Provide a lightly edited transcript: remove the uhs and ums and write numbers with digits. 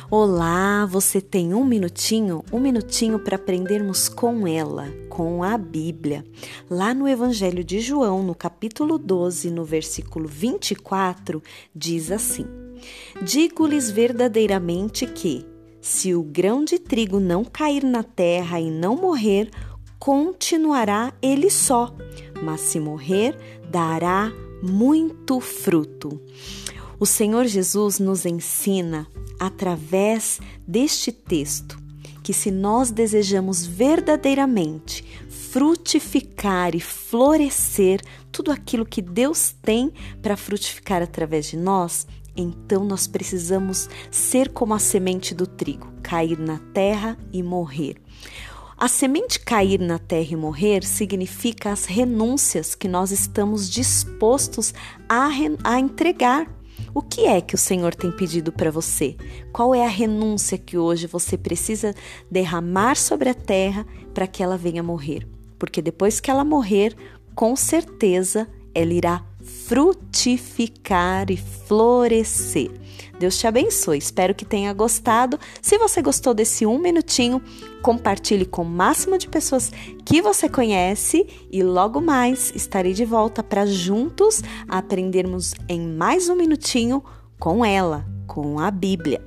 Olá, você tem um minutinho para aprendermos com ela, com a Bíblia. Lá no Evangelho de João, no capítulo 12, no versículo 24, diz assim: Digo-lhes verdadeiramente que, se o grão de trigo não cair na terra e não morrer, continuará ele só, mas se morrer, dará muito fruto. O Senhor Jesus nos ensina, através deste texto, que se nós desejamos verdadeiramente frutificar e florescer tudo aquilo que Deus tem para frutificar através de nós, então nós precisamos ser como a semente do trigo, cair na terra e morrer. A semente cair na terra e morrer significa as renúncias que nós estamos dispostos a entregar. O que é que o Senhor tem pedido para você? Qual é a renúncia que hoje você precisa derramar sobre a terra para que ela venha morrer? Porque depois que ela morrer, com certeza ela irá frutificar e florescer. Deus te abençoe, espero que tenha gostado. Se você gostou desse um minutinho, compartilhe com o máximo de pessoas que você conhece e logo mais estarei de volta para juntos aprendermos em mais um minutinho com ela, com a Bíblia.